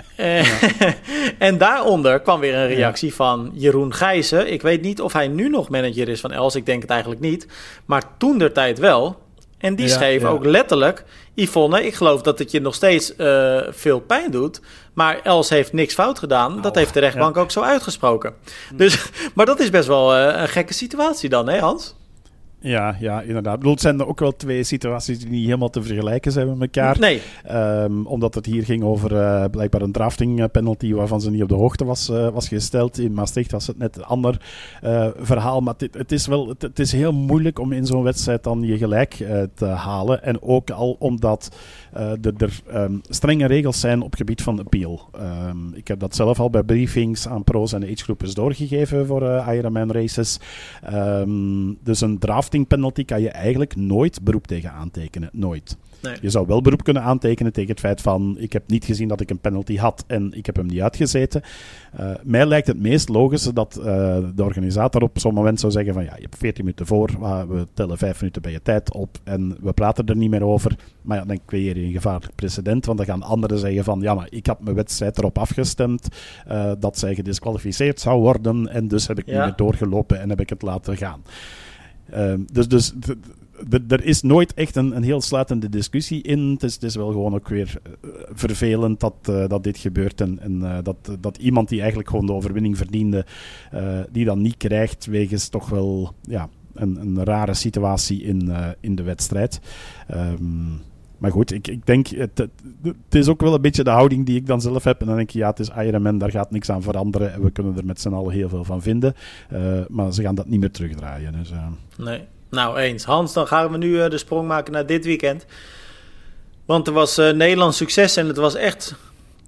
En daaronder kwam weer een reactie ja. van Jeroen Gijzen. Ik weet niet of hij nu nog manager is van Els, ik denk het eigenlijk niet. Maar toen der tijd wel. En die ja, schreef ja. ook letterlijk, Yvonne, ik geloof dat het je nog steeds uh, veel pijn doet, maar Els heeft niks fout gedaan. Oh, dat heeft de rechtbank ja. ook zo uitgesproken. Dus, maar dat is best wel uh, een gekke situatie dan, hè Hans? Ja, ja, inderdaad. Ik bedoel, het zijn er ook wel twee situaties die niet helemaal te vergelijken zijn met elkaar. Nee. Um, omdat het hier ging over uh, blijkbaar een drafting penalty waarvan ze niet op de hoogte was, uh, was gesteld. In Maastricht was het net een ander uh, verhaal. Maar het, het is wel, het, het is heel moeilijk om in zo'n wedstrijd dan je gelijk uh, te halen. En ook al omdat uh, er um, strenge regels zijn op gebied van appeal. Um, ik heb dat zelf al bij briefings aan pro's en agegroepers doorgegeven voor uh, Ironman races. Um, dus een drafting kortingpenalty kan je eigenlijk nooit beroep tegen aantekenen. Nooit. Nee. Je zou wel beroep kunnen aantekenen tegen het feit van ik heb niet gezien dat ik een penalty had en ik heb hem niet uitgezeten. Uh, mij lijkt het meest logisch dat uh, de organisator op zo'n moment zou zeggen van ja, je hebt veertien minuten voor, we tellen vijf minuten bij je tijd op en we praten er niet meer over. Maar ja, dan creëer je een gevaarlijk precedent, want dan gaan anderen zeggen van ja, maar ik had mijn wedstrijd erop afgestemd uh, dat zij gedisqualificeerd zou worden en dus heb ik ja. niet meer doorgelopen en heb ik het laten gaan. Uh, dus dus d- Er is nooit echt een, een heel sluitende discussie in. Het is, het is wel gewoon ook weer uh, vervelend dat, uh, dat dit gebeurt. En, en uh, dat, dat iemand die eigenlijk gewoon de overwinning verdiende, uh, die dan niet krijgt, wegens toch wel ja, een, een rare situatie in, uh, in de wedstrijd. Um, maar goed, ik, ik denk, het, het, het is ook wel een beetje de houding die ik dan zelf heb. En dan denk je, ja, het is Ironman, daar gaat niks aan veranderen. En we kunnen er met z'n allen heel veel van vinden. Uh, maar ze gaan dat niet meer terugdraaien. Dus, uh, nee. Nou, eens. Hans, dan gaan we nu uh, de sprong maken naar dit weekend. Want er was uh, Nederlands succes en het was echt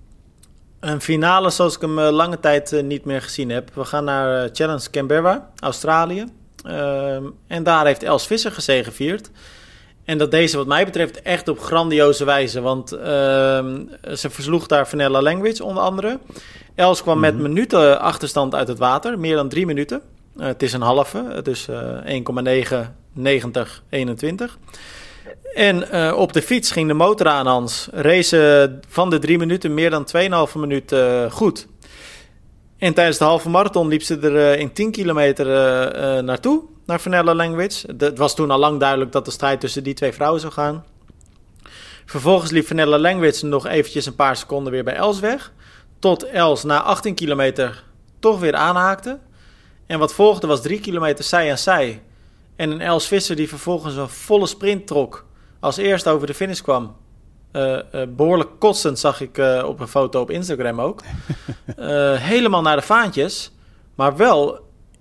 een finale zoals ik hem uh, lange tijd uh, niet meer gezien heb. We gaan naar uh, Challenge Canberra, Australië. Uh, en daar heeft Els Visser gezegevierd. En dat deed ze wat mij betreft echt op grandioze wijze. Want uh, ze versloeg daar Fenella Langridge onder andere. Els kwam mm-hmm. met minuten achterstand uit het water, meer dan drie minuten. Uh, het is een halve, dus uh, één komma negen negentig eenentwintig. En uh, op de fiets ging de motor aan, Hans. Race uh, van de drie minuten meer dan twee komma vijf minuut uh, goed. En tijdens de halve marathon liep ze er uh, in tien kilometer uh, uh, naartoe, naar Fenella Langridge. Het was toen al lang duidelijk dat de strijd tussen die twee vrouwen zou gaan. Vervolgens liep Fenella Langridge nog eventjes een paar seconden weer bij Els weg. Tot Els na achttien kilometer toch weer aanhaakte. En wat volgde was drie kilometer zij aan zij. En een Els Visser die vervolgens een volle sprint trok. Als eerste over de finish kwam. Uh, uh, behoorlijk kotsend zag ik uh, op een foto op Instagram ook. Uh, helemaal naar de vaantjes. Maar wel...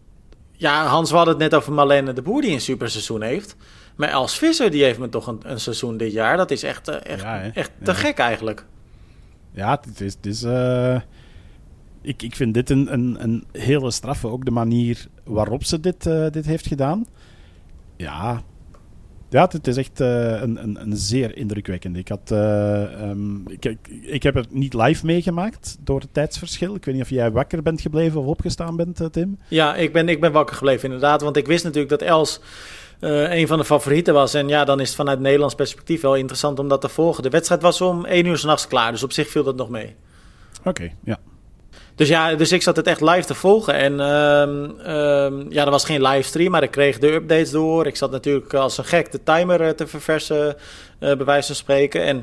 Ja, Hans, we hadden het net over Marlene de Boer die een superseizoen heeft. Maar Els Visser die heeft me toch een, een seizoen dit jaar. Dat is echt, uh, echt, ja, echt te ja. gek eigenlijk. Ja, het is... Het is uh... Ik, ik vind dit een, een, een hele straffe, ook de manier waarop ze dit, uh, dit heeft gedaan. Ja, ja het is echt uh, een, een, een zeer indrukwekkende. Ik, had, uh, um, ik, ik, ik heb het niet live meegemaakt door het tijdsverschil. Ik weet niet of jij wakker bent gebleven of opgestaan bent, uh, Tim? Ja, ik ben, ik ben wakker gebleven inderdaad. Want ik wist natuurlijk dat Els uh, een van de favorieten was. En ja, dan is het vanuit Nederlands perspectief wel interessant om dat te volgen. De wedstrijd was om één uur 's nachts klaar, dus op zich viel dat nog mee. Oké, okay, ja. Dus ja, dus ik zat het echt live te volgen. En uh, uh, ja, er was geen livestream, maar ik kreeg de updates door. Ik zat natuurlijk als een gek de timer uh, te verversen, uh, bij wijze van spreken. En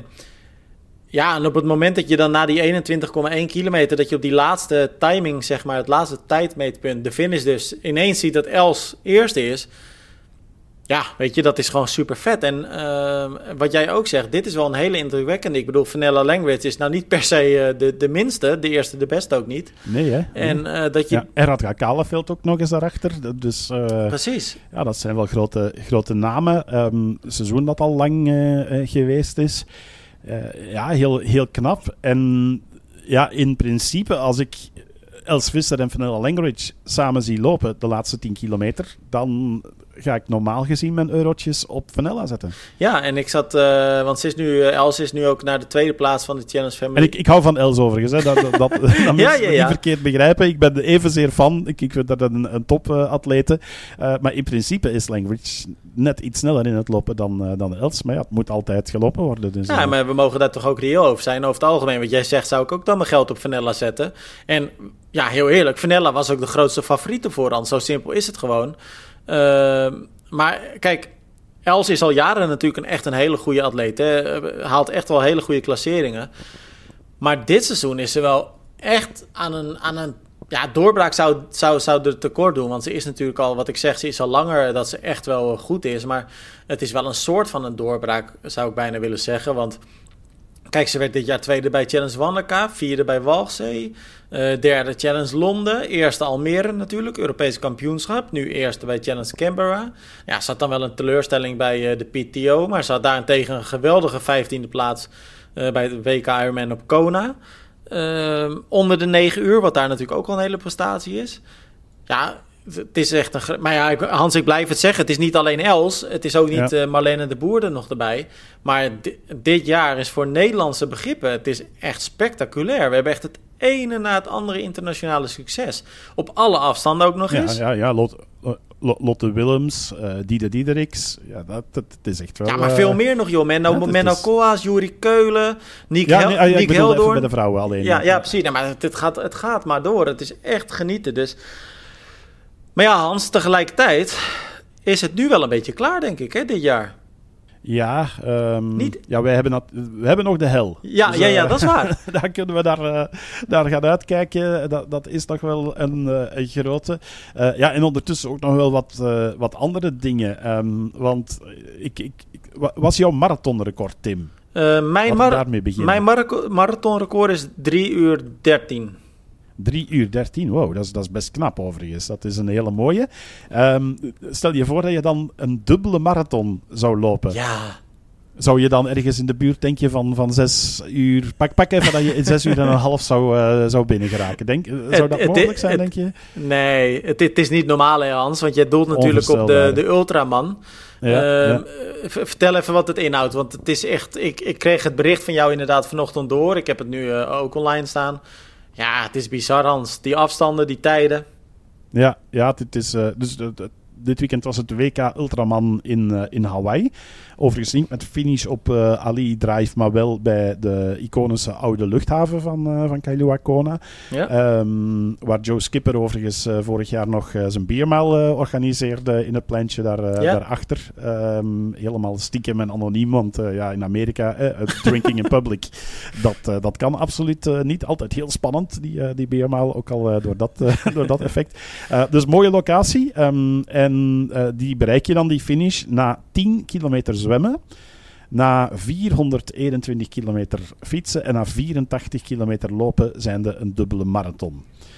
ja, en op het moment dat je dan na die eenentwintig komma één kilometer... dat je op die laatste timing, zeg maar, het laatste tijdmeetpunt, de finish dus, ineens ziet dat Els eerste is... Ja, weet je, dat is gewoon super vet. En uh, wat jij ook zegt, dit is wel een hele indrukwekkende. Ik bedoel, Fenella Langridge is nou niet per se uh, de, de minste. De eerste, de beste ook niet. Nee, hè? En, uh, dat je... ja, en Radka Kalefeld ook nog eens daarachter. Dus, uh, Precies. Ja, dat zijn wel grote, grote namen. Um, seizoen dat al lang uh, uh, geweest is. Uh, ja, heel, heel knap. En ja, in principe, als ik Els Visser en Fenella Langridge samen zie lopen de laatste tien kilometer, dan ga ik normaal gezien mijn eurotjes op Fenella zetten. Ja, en ik zat, uh, want ze is nu, uh, Els is nu ook naar de tweede plaats van de Challenge Family. En ik, ik hou van Els overigens, hè. Dat, dat, dat, dat ja, mensen ja, ja. niet verkeerd begrijpen. Ik ben evenzeer fan. Ik, ik vind dat een, een topatlete. Uh, uh, maar in principe is Langridge net iets sneller in het lopen dan, uh, dan Els. Maar ja, het moet altijd gelopen worden. Dus, ja, uh, maar we mogen daar toch ook reëel over zijn. Over het algemeen, wat jij zegt, zou ik ook dan mijn geld op Fenella zetten. En ja, heel eerlijk, Fenella was ook de grootste favoriete voorhand. Zo simpel is het gewoon. Uh, maar kijk, Els is al jaren natuurlijk een, echt een hele goede atleet. Hè? Haalt echt wel hele goede klasseringen. Maar dit seizoen is ze wel echt aan een, aan een ja, doorbraak zou, zou, zou er tekort doen. Want ze is natuurlijk al, wat ik zeg, ze is al langer dat ze echt wel goed is. Maar het is wel een soort van een doorbraak, zou ik bijna willen zeggen. Want kijk, ze werd dit jaar tweede bij Challenge Wanaka, vierde bij Walchsee, uh, derde Challenge Londen, eerste Almere natuurlijk, Europese kampioenschap, nu eerste bij Challenge Canberra. Ja, ze had dan wel een teleurstelling bij uh, de P T O, maar ze had daarentegen een geweldige vijftiende plaats uh, bij de W K Ironman op Kona. Uh, onder de negen uur, wat daar natuurlijk ook al een hele prestatie is. Ja, het is echt een... Maar ja, Hans, ik blijf het zeggen. Het is niet alleen Els. Het is ook niet ja. uh, Marlene de Boer er nog erbij. Maar di- dit jaar is voor Nederlandse begrippen... Het is echt spectaculair. We hebben echt het ene na het andere internationale succes. Op alle afstanden ook nog ja, eens. Ja, ja. Lot, Lotte Willems, uh, Diede Diederiks. Ja, dat, dat, dat is echt wel... Ja, maar uh, veel meer nog, joh. Menno, ja, Menno is... Koas, Juri Keulen, Niek, ja, Hel- nee, ja, Niek ik Heldoorn. Even bij de vrouwen alleen. Ja, ja, precies. Nee, maar het, het, gaat, het gaat maar door. Het is echt genieten. Dus... Maar ja, Hans, tegelijkertijd is het nu wel een beetje klaar, denk ik, hè, dit jaar. Ja, um, Niet... ja wij hebben, dat, we hebben nog de hel. Ja, dus, ja, ja, dat is waar. Daar kunnen we daar, uh, daar gaan uitkijken. Dat, dat is nog wel een, uh, een grote. Uh, ja, en ondertussen ook nog wel wat, uh, wat andere dingen. Um, want ik, ik, ik, was jouw marathonrecord, Tim? Uh, mijn mar- mijn mar- marathonrecord is drie uur dertien. drie uur dertien, wow, dat is, dat is best knap overigens. Dat is een hele mooie. Um, stel je voor dat je dan een dubbele marathon zou lopen. Ja. Zou je dan ergens in de buurt, denk je, van, van zes uur... Pak, pak even dat je in zes uur en een half zou, uh, zou binnengeraken. Denk, zou dat het, mogelijk het, zijn, het, denk je? Nee, het, het is niet normaal, hè, Hans. Want je doelt natuurlijk op de, de Ultraman. Ja, uh, ja. Vertel even wat het inhoudt. Want het is echt... Ik, ik kreeg het bericht van jou inderdaad vanochtend door. Ik heb het nu uh, ook online staan. Ja, het is bizar, Hans. Die afstanden, die tijden. Ja, ja het is... Uh, dus, uh, dit weekend was het W K Ultraman in, uh, in Hawaii. Overigens niet met finish op uh, Ali Drive, maar wel bij de iconische oude luchthaven van, uh, van Kailua Kona. Ja. Um, waar Joe Skipper overigens uh, vorig jaar nog uh, zijn biermaal uh, organiseerde in het plantje daar, uh, ja. daarachter. Um, helemaal stiekem en anoniem, want uh, ja, in Amerika, uh, drinking in public, dat, uh, dat kan absoluut uh, niet. Altijd heel spannend, die, uh, die biermaal, ook al uh, door, dat, uh, door dat effect. Uh, dus mooie locatie. Um, en uh, die bereik je dan, die finish, na tien kilometer zwemmen, na vierhonderdeenentwintig kilometer fietsen en na vierentachtig kilometer lopen zijn de een dubbele marathon.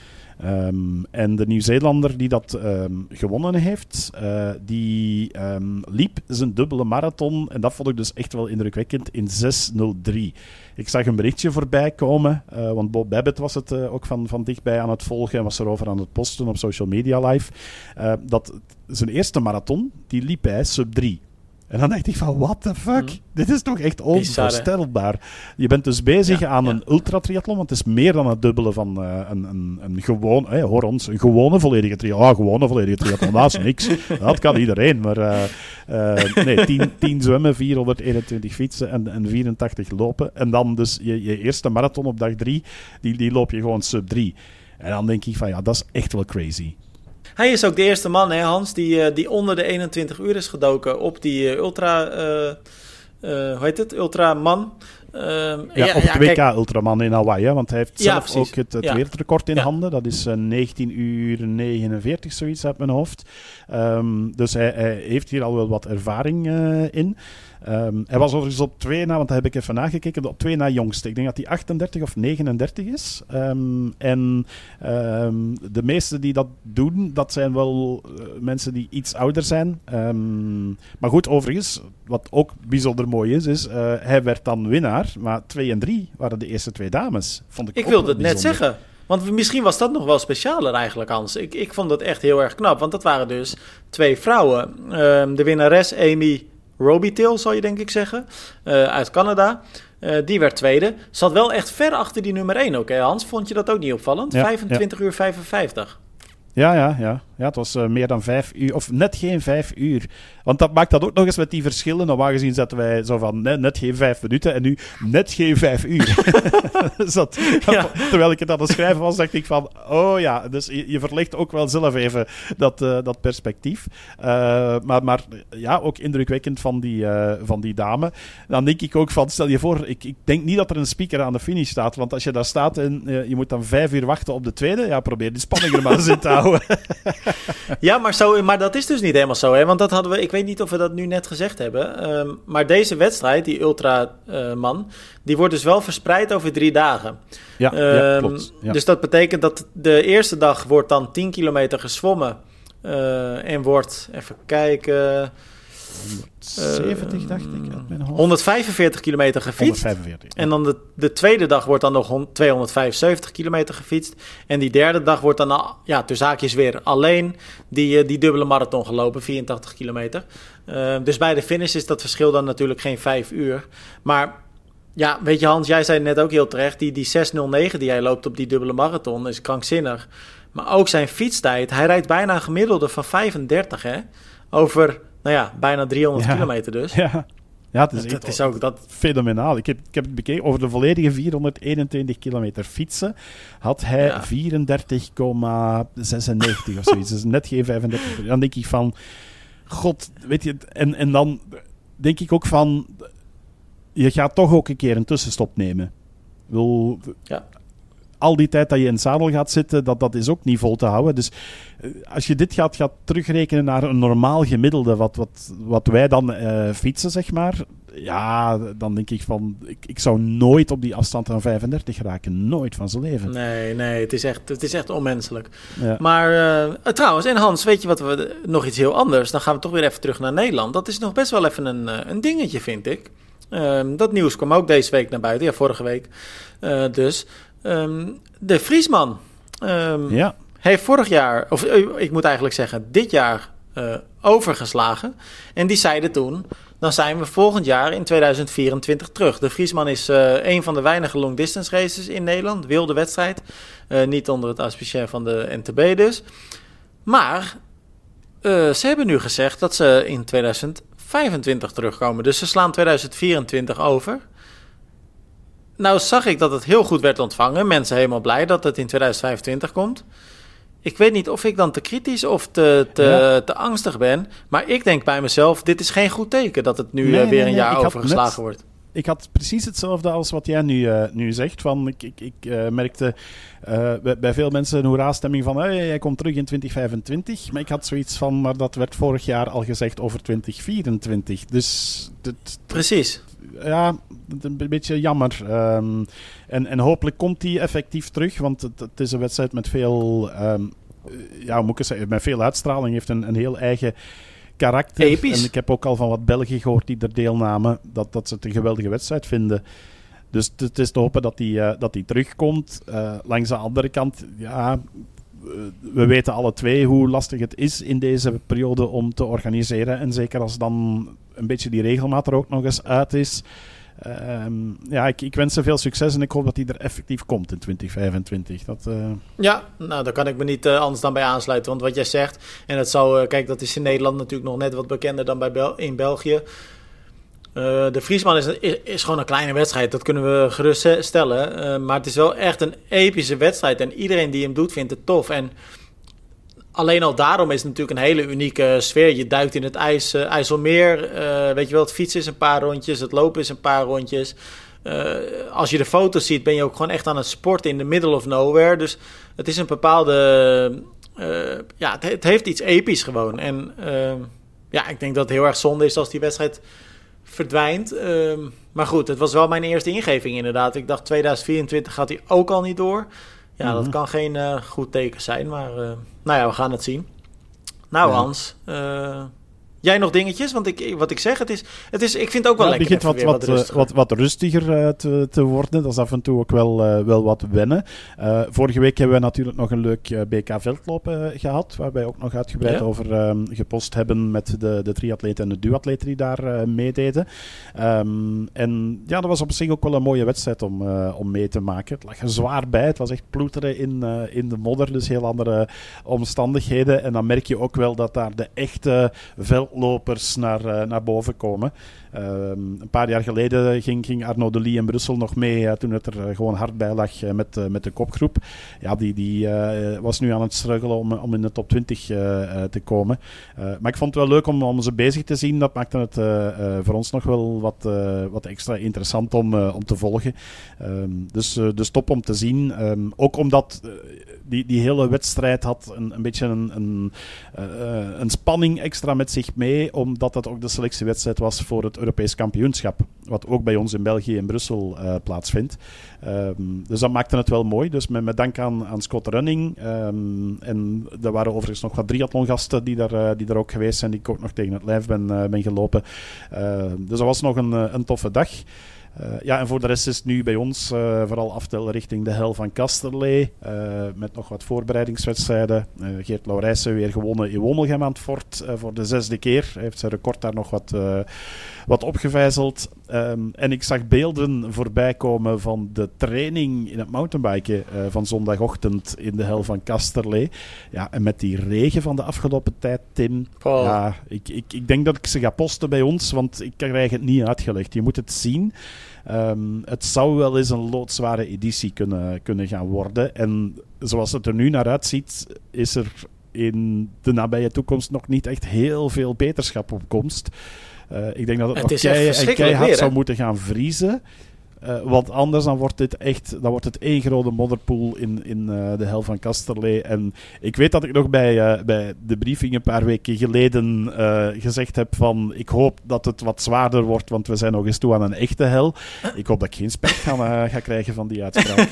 Um, en de Nieuw-Zeelander die dat um, gewonnen heeft, uh, die um, liep zijn dubbele marathon, en dat vond ik dus echt wel indrukwekkend, in zes nul drie. Ik zag een berichtje voorbij komen, uh, want Bob Babbitt was het uh, ook van, van dichtbij aan het volgen en was erover aan het posten op social media live, uh, dat zijn eerste marathon, die liep hij sub drie. En dan dacht ik van, what the fuck? Mm. Dit is toch echt onvoorstelbaar. Je bent dus bezig ja, aan ja. een ultratriathlon, want het is meer dan het dubbele van uh, een, een, een gewoon, hey, hoor ons, een gewone volledige triathlon. Ah, gewone volledige triathlon, dat is niks. Dat kan iedereen, maar uh, uh, nee, tien zwemmen, vierhonderdeenentwintig fietsen en, en vierentachtig lopen. En dan dus je, je eerste marathon op dag drie, die, die loop je gewoon sub drie. En dan denk ik van, ja, dat is echt wel crazy. Hij is ook de eerste man, hè, Hans, die, die onder de eenentwintig uur is gedoken op die uh, ultra, uh, uh, hoe heet het, Ultraman. Uh, ja, ja, op ja, de W K kijk... Ultraman in Hawaii, hè, want hij heeft ja, zelf precies. ook het, het ja. wereldrecord in ja. handen. Dat is uh, negentien uur negenenveertig, zoiets uit mijn hoofd. Um, dus hij, hij heeft hier al wel wat ervaring uh, in. Um, hij was overigens op twee na, want daar heb ik even nagekeken, op twee na jongste. Ik denk dat hij achtendertig of negenendertig is. Um, en um, de meesten die dat doen, dat zijn wel uh, mensen die iets ouder zijn. Um, maar goed, overigens, wat ook bijzonder mooi is, is uh, hij werd dan winnaar, maar twee en drie waren de eerste twee dames. Vond ik ik wilde het net zeggen. Want misschien was dat nog wel specialer eigenlijk, Hans. Ik, ik vond dat echt heel erg knap, want dat waren dus twee vrouwen. Um, de winnares Amy Robitaille, zal je denk ik zeggen, uh, uit Canada. Uh, die werd tweede. Zat wel echt ver achter die nummer één ook, hè Hans? Vond je dat ook niet opvallend? Ja, vijfentwintig uur vijfenvijftig. Ja, ja, ja. ja het was uh, meer dan vijf uur, of net geen vijf uur. Want dat maakt dat ook nog eens met die verschillen. Normaal gezien zetten wij zo van net, net geen vijf minuten en nu net geen vijf uur. dus dat, ja. Terwijl ik het aan het schrijven was, dacht ik van, oh ja, dus je, je verlegt ook wel zelf even dat, uh, dat perspectief. Uh, maar, maar ja, ook indrukwekkend van die, uh, van die dame. Dan denk ik ook van, stel je voor, ik, ik denk niet dat er een speaker aan de finish staat, want als je daar staat en uh, je moet dan vijf uur wachten op de tweede, ja, probeer die spanning er maar eens in te houden. ja, maar, zo, maar dat is dus niet helemaal zo, hè? Want dat hadden we, ik weet niet of we dat nu net gezegd hebben. Um, maar deze wedstrijd, die Ultraman, uh, die wordt dus wel verspreid over drie dagen. Ja, um, ja klopt. Ja. Dus dat betekent dat de eerste dag wordt dan tien kilometer gezwommen uh, en wordt, even kijken, honderdzeventig, uh, dacht ik, uit mijn hoofd. honderdvijfenveertig kilometer gefietst. honderdvijfenveertig, ja. En dan de, de tweede dag wordt dan nog tweehonderdvijfenzeventig kilometer gefietst. En die derde dag wordt dan, al, ja, tussen haakjes weer alleen die, die dubbele marathon gelopen, vierentachtig kilometer. Uh, dus bij de finish is dat verschil dan natuurlijk geen vijf uur. Maar ja, weet je Hans, jij zei net ook heel terecht, die, die zes nul negen die hij loopt op die dubbele marathon is krankzinnig. Maar ook zijn fietstijd, hij rijdt bijna een gemiddelde van vijfendertig, hè? Over, nou ja, bijna driehonderd ja. kilometer dus. Ja, ja het is, het, het is ook dat fenomenaal. Ik heb, ik heb het bekeken, over de volledige vierhonderdeenentwintig kilometer fietsen had hij ja. vierendertig komma zesennegentig of zoiets. Dus net geen vijfendertig. Dan denk ik van, god, weet je, en, en dan denk ik ook van, je gaat toch ook een keer een tussenstop nemen. Wil, ja. Al die tijd dat je in het zadel gaat zitten, dat, dat is ook niet vol te houden. Dus uh, als je dit gaat, gaat terugrekenen naar een normaal gemiddelde, wat, wat, wat wij dan uh, fietsen, zeg maar, ja, dan denk ik van, ik, ik zou nooit op die afstand van vijfendertig raken. Nooit van zijn leven. Nee, nee, het is echt, het is echt onmenselijk. Ja. Maar uh, trouwens, en Hans, weet je wat, we nog iets heel anders? Dan gaan we toch weer even terug naar Nederland. Dat is nog best wel even een, een dingetje, vind ik. Uh, dat nieuws kwam ook deze week naar buiten, ja, vorige week uh, dus. Um, de Friesman um, ja. heeft vorig jaar, of uh, ik moet eigenlijk zeggen, dit jaar uh, overgeslagen. En die zeiden toen, dan zijn we volgend jaar in tweeduizend vierentwintig terug. De Friesman is uh, een van de weinige long distance races in Nederland, wilde wedstrijd. Uh, niet onder het auspiciën van de N T B dus. Maar uh, ze hebben nu gezegd dat ze in tweeduizend vijfentwintig terugkomen. Dus ze slaan tweeduizend vierentwintig over. Nou zag ik dat het heel goed werd ontvangen. Mensen helemaal blij dat het in tweeduizend vijfentwintig komt. Ik weet niet of ik dan te kritisch of te, te, ja. te angstig ben. Maar ik denk bij mezelf, dit is geen goed teken dat het nu nee, uh, weer nee, een jaar nee, overgeslagen net, wordt. Ik had precies hetzelfde als wat jij nu, uh, nu zegt. Van, ik ik, ik uh, merkte uh, bij, bij veel mensen een hoera-stemming van hey, hij komt terug in twintig vijfentwintig. Maar ik had zoiets van, maar dat werd vorig jaar al gezegd over twintig vierentwintig. Dus... Dit, precies. Ja, een beetje jammer. Um, en, en hopelijk komt die effectief terug, want het, het is een wedstrijd met veel, um, ja, hoe moet ik zeggen, met veel uitstraling. Heeft een, een heel eigen karakter. Episch. En ik heb ook al van wat Belgen gehoord die er deelnamen, dat, dat ze het een geweldige wedstrijd vinden. Dus het, het is te hopen dat die, uh, dat die terugkomt. Uh, langs de andere kant, ja... We weten alle twee hoe lastig het is in deze periode om te organiseren. En zeker als dan een beetje die regelmaat er ook nog eens uit is. Um, ja, ik, ik wens ze veel succes en ik hoop dat die er effectief komt in twintig vijfentwintig. Dat, uh... Ja, nou daar kan ik me niet uh, anders dan bij aansluiten. Want wat jij zegt, en dat zou, uh, kijk, dat is in Nederland natuurlijk nog net wat bekender dan bij Bel- in België. Uh, de Friesman is, is, is gewoon een kleine wedstrijd, dat kunnen we gerust stellen. Uh, maar het is wel echt een epische wedstrijd en iedereen die hem doet vindt het tof. En alleen al daarom is het natuurlijk een hele unieke sfeer. Je duikt in het ijs, uh, IJsselmeer, uh, weet je wel, het fietsen is een paar rondjes, het lopen is een paar rondjes. Uh, als je de foto's ziet ben je ook gewoon echt aan het sporten in the middle of nowhere. Dus het is een bepaalde... Uh, ja, het, het heeft iets episch gewoon. En uh, ja, ik denk dat het heel erg zonde is als die wedstrijd... verdwijnt. Uh, maar goed, het was wel mijn eerste ingeving inderdaad. Ik dacht tweeduizend vierentwintig gaat hij ook al niet door. Ja, mm-hmm. Dat kan geen uh, goed teken zijn. Maar uh, nou ja, we gaan het zien. Nou ja. Hans, uh, jij nog dingetjes? Want ik, wat ik zeg, het is, het is, ik vind het ook wel ja, lekker. Het begint wat, wat, wat, rustiger. wat, wat rustiger uh, te, te worden. Dat is af en toe ook wel, uh, wel wat wennen. Uh, vorige week hebben we natuurlijk nog een leuk uh, B K veldlopen uh, gehad. Waar wij ook nog uitgebreid ja. over um, gepost hebben met de, de triatleten en de duatleten die daar uh, meededen. Um, en ja, dat was op zich ook wel een mooie wedstrijd om, uh, om mee te maken. Het lag er zwaar bij. Het was echt ploeteren in, uh, in de modder. Dus heel andere omstandigheden. En dan merk je ook wel dat daar de echte veldlopers naar, uh, naar boven komen. Um, een paar jaar geleden ging, ging Arnaud de Lie in Brussel nog mee uh, toen het er uh, gewoon hard bij lag uh, met, uh, met de kopgroep. Ja, die, die uh, was nu aan het struggelen om, om in de top twintig uh, uh, te komen. Uh, maar ik vond het wel leuk om, om ze bezig te zien. Dat maakte het uh, uh, voor ons nog wel wat, uh, wat extra interessant om, uh, om te volgen. Um, dus, uh, dus top om te zien. Um, ook omdat uh, die, die hele wedstrijd had een, een beetje een, een, uh, een spanning extra met zich mee, omdat dat ook de selectiewedstrijd was voor het Europees kampioenschap, wat ook bij ons in België in Brussel uh, plaatsvindt. Um, dus dat maakte het wel mooi. Dus met, met dank aan, aan Scott Running. Um, en er waren overigens nog wat triathlongasten die daar, uh, die daar ook geweest zijn, die ik ook nog tegen het lijf ben, uh, ben gelopen. Uh, dus dat was nog een, een toffe dag. Uh, ja, en voor de rest is het nu bij ons uh, vooral aftellen richting de hel van Kasterlee. Uh, met nog wat voorbereidingswedstrijden. Uh, Geert Laurijsen weer gewonnen in Wommelgem aan het fort uh, voor de zesde keer. Hij heeft zijn record daar nog wat, uh, wat opgevijzeld. Um, en ik zag beelden voorbij komen van de training in het mountainbiken uh, van zondagochtend in de hel van Kasterlee. Ja, en met die regen van de afgelopen tijd, Tim. Oh. Ja, ik, ik, ik denk dat ik ze ga posten bij ons, want ik krijg het niet uitgelegd. Je moet het zien. Um, het zou wel eens een loodzware editie kunnen, kunnen gaan worden. En zoals het er nu naar uitziet, is er in de nabije toekomst nog niet echt heel veel beterschap op komst. Uh, ik denk dat het, het nog kei, en keihard weer, zou moeten gaan vriezen. Uh, want anders dan wordt dit echt, dan wordt het één grote modderpoel in, in uh, de hel van Kasterlee. En ik weet dat ik nog bij, uh, bij de briefing een paar weken geleden uh, gezegd heb van ik hoop dat het wat zwaarder wordt, want we zijn nog eens toe aan een echte hel. Ik hoop dat ik geen spijt ga, uh, ga krijgen van die uitspraak.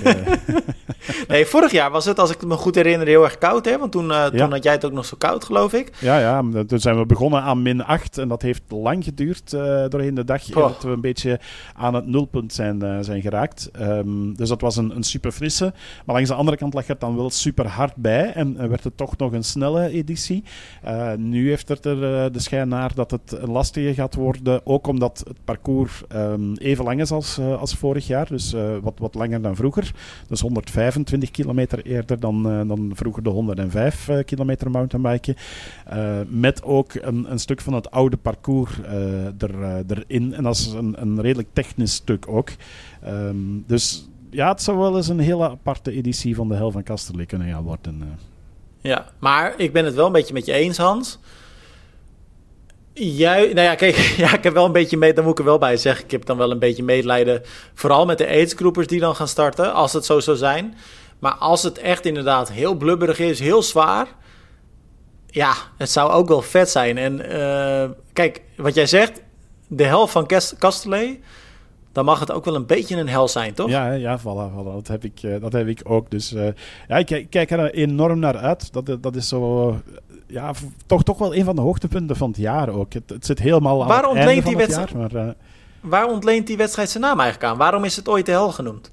Nee, vorig jaar was het, als ik me goed herinner, heel erg koud, hè? Want toen, uh, toen ja. had jij het ook nog zo koud, geloof ik. Ja, ja, toen zijn we begonnen aan min acht en dat heeft lang geduurd uh, doorheen de dag. Oh. Dat we een beetje aan het nulpunt zijn Uh, zijn geraakt. Um, dus dat was een, een super frisse. Maar langs de andere kant lag het dan wel super hard bij en uh, werd het toch nog een snelle editie. Uh, nu heeft het er uh, de schijn naar dat het een lastige gaat worden, ook omdat het parcours um, even lang is als, uh, als vorig jaar, dus uh, wat, wat langer dan vroeger. Dus honderdvijfentwintig kilometer eerder dan, uh, dan vroeger de honderdvijf uh, kilometer mountainbiken. Uh, met ook een, een stuk van het oude parcours uh, er, uh, erin. En dat is een, een redelijk technisch stuk ook. Um, dus ja, het zou wel eens een hele aparte editie van de hel van Kasterlee kunnen gaan worden. Uh. Ja, maar ik ben het wel een beetje met je eens, Hans. Jij, nou ja, kijk, ja, ik heb wel een beetje mee, daar moet ik er wel bij zeggen. Ik heb dan wel een beetje medelijden, vooral met de aidsgroepers die dan gaan starten, als het zo zou zijn. Maar als het echt inderdaad heel blubberig is, heel zwaar, ja, het zou ook wel vet zijn. En uh, kijk, wat jij zegt, de hel van Kasterlee, dan mag het ook wel een beetje een hel zijn, toch? Ja, ja, voilà, voilà. Dat, heb ik, uh, dat heb ik ook. Dus uh, ja, ik, ik kijk er enorm naar uit. Dat, dat is zo, uh, ja, toch, toch wel een van de hoogtepunten van het jaar ook. Het, het zit helemaal aan waar het einde van die het wedstrijd, jaar. Maar, uh, waar ontleent die wedstrijd zijn naam eigenlijk aan? Waarom is het ooit de hel genoemd?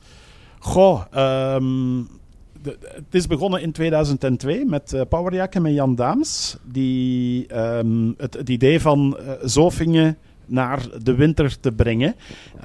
Goh, um, de, het is begonnen in tweeduizend twee met uh, Powerjack en met Jan Daams. Die um, het, het idee van uh, Zofingen naar de winter te brengen.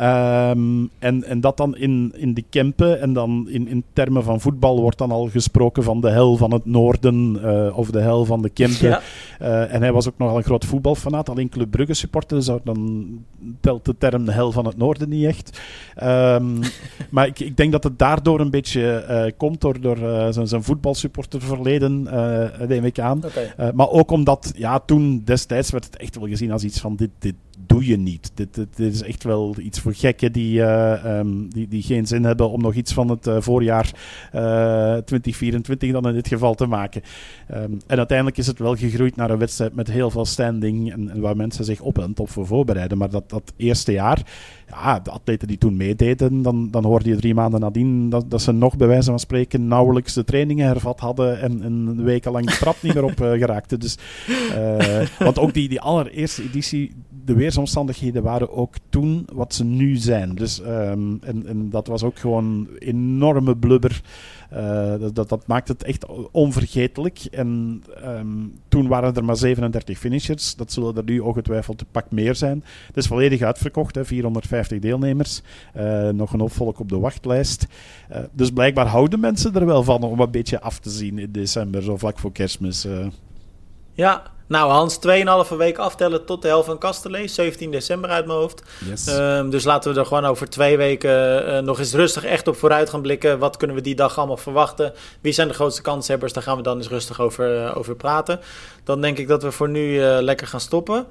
Um, en, en dat dan in, in de Kempen. En dan in, in termen van voetbal wordt dan al gesproken van de hel van het noorden. Uh, of de hel van de Kempen. Ja. Uh, en hij was ook nogal een groot voetbalfanaat. Alleen Club Brugge supporter. Dus dan telt de term de hel van het noorden niet echt. Um, maar ik, ik denk dat het daardoor een beetje uh, komt. Door, door uh, zijn, zijn voetbalsupporterverleden. Uh, neem ik aan. Okay. Uh, maar ook omdat ja, toen destijds werd het echt wel gezien als iets van dit, dit doe je niet. Dit, dit, dit is echt wel iets voor gekken die, uh, um, die, die geen zin hebben om nog iets van het uh, voorjaar uh, twintig vierentwintig dan in dit geval te maken. Um, en uiteindelijk is het wel gegroeid naar een wedstrijd met heel veel standing en, en waar mensen zich op en top voor voorbereiden. Maar dat, dat eerste jaar, ja, de atleten die toen meededen, dan, dan hoorde je drie maanden nadien dat, dat ze nog bij wijze van spreken nauwelijks de trainingen hervat hadden en, en een wekenlang de trap niet meer op uh, geraakten. Dus, uh, want ook die, die allereerste editie, de weersomstandigheden waren ook toen wat ze nu zijn. Dus, um, en, en dat was ook gewoon enorme blubber. Uh, dat, dat maakt het echt onvergetelijk. En um, toen waren er maar zevenendertig finishers. Dat zullen er nu ongetwijfeld een pak meer zijn. Het is volledig uitverkocht, hè, vierhonderdvijftig deelnemers. Uh, nog een hoop volk op de wachtlijst. Uh, dus blijkbaar houden mensen er wel van om een beetje af te zien in december, zo vlak voor Kerstmis. Uh. Ja, nou Hans, tweeënhalve week aftellen tot de hel van Kasterlee, zeventien december uit mijn hoofd. Yes. Um, dus laten we er gewoon over twee weken uh, nog eens rustig echt op vooruit gaan blikken. Wat kunnen we die dag allemaal verwachten? Wie zijn de grootste kanshebbers? Daar gaan we dan eens rustig over, uh, over praten. Dan denk ik dat we voor nu uh, lekker gaan stoppen.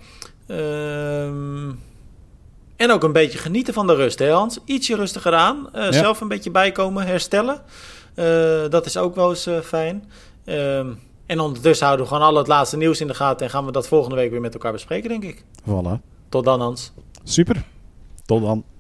Um, en ook een beetje genieten van de rust, hè Hans? Ietsje rustiger aan. Uh, ja. Zelf een beetje bijkomen, herstellen. Uh, dat is ook wel eens uh, fijn. Um, En ondertussen houden we gewoon al het laatste nieuws in de gaten en gaan we dat volgende week weer met elkaar bespreken, denk ik. Voilà. Tot dan, Hans. Super. Tot dan.